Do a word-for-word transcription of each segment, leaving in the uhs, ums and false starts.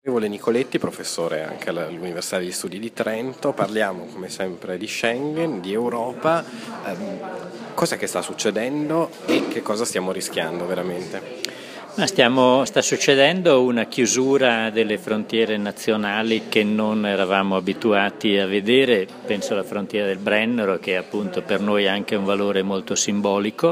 Onorevole Nicoletti, professore anche all'Università degli Studi di Trento, parliamo come sempre di Schengen, di Europa, ehm, cos'è che sta succedendo e che cosa stiamo rischiando veramente? Ma stiamo, sta succedendo una chiusura delle frontiere nazionali che non eravamo abituati a vedere, penso alla frontiera del Brennero, che appunto per noi ha anche un valore molto simbolico,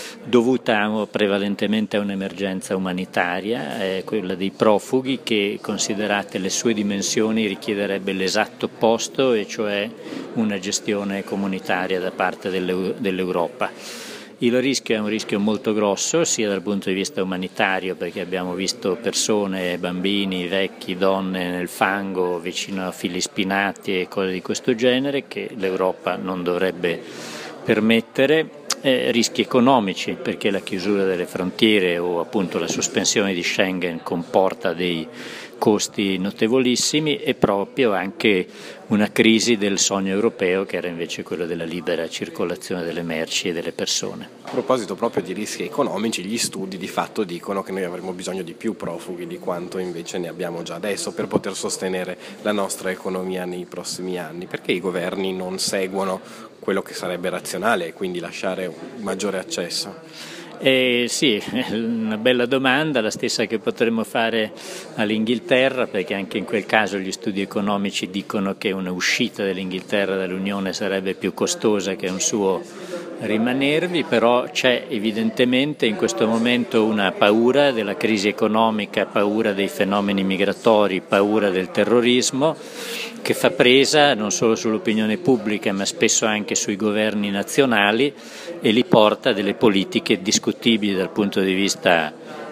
dovuta prevalentemente a un'emergenza umanitaria, eh, quella dei profughi, che considerate le sue dimensioni richiederebbe l'esatto opposto, e cioè una gestione comunitaria da parte dell'Europa. Il rischio è un rischio molto grosso, sia dal punto di vista umanitario, perché abbiamo visto persone, bambini, vecchi, donne nel fango vicino a fili spinati e cose di questo genere che l'Europa non dovrebbe permettere. Eh, rischi economici, perché la chiusura delle frontiere o appunto la sospensione di Schengen comporta dei costi notevolissimi, e proprio anche una crisi del sogno europeo, che era invece quello della libera circolazione delle merci e delle persone. A proposito proprio di rischi economici, gli studi di fatto dicono che noi avremo bisogno di più profughi di quanto invece ne abbiamo già adesso per poter sostenere la nostra economia nei prossimi anni. Perché i governi non seguono quello che sarebbe razionale e quindi lasciare un maggiore accesso? Eh, sì, è una bella domanda, la stessa che potremmo fare all'Inghilterra, perché anche in quel caso gli studi economici dicono che una uscita dell'Inghilterra dall'Unione sarebbe più costosa che un suo rimanervi, però c'è evidentemente in questo momento una paura della crisi economica, paura dei fenomeni migratori, paura del terrorismo, che fa presa non solo sull'opinione pubblica ma spesso anche sui governi nazionali, e li porta a delle politiche discutibili dal punto di vista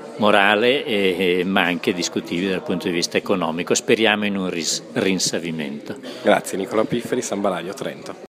morale e, ma anche discutibili dal punto di vista economico. Speriamo in un ris- rinsavimento. Grazie, Nicola Pifferi, San Balaglio, Trento.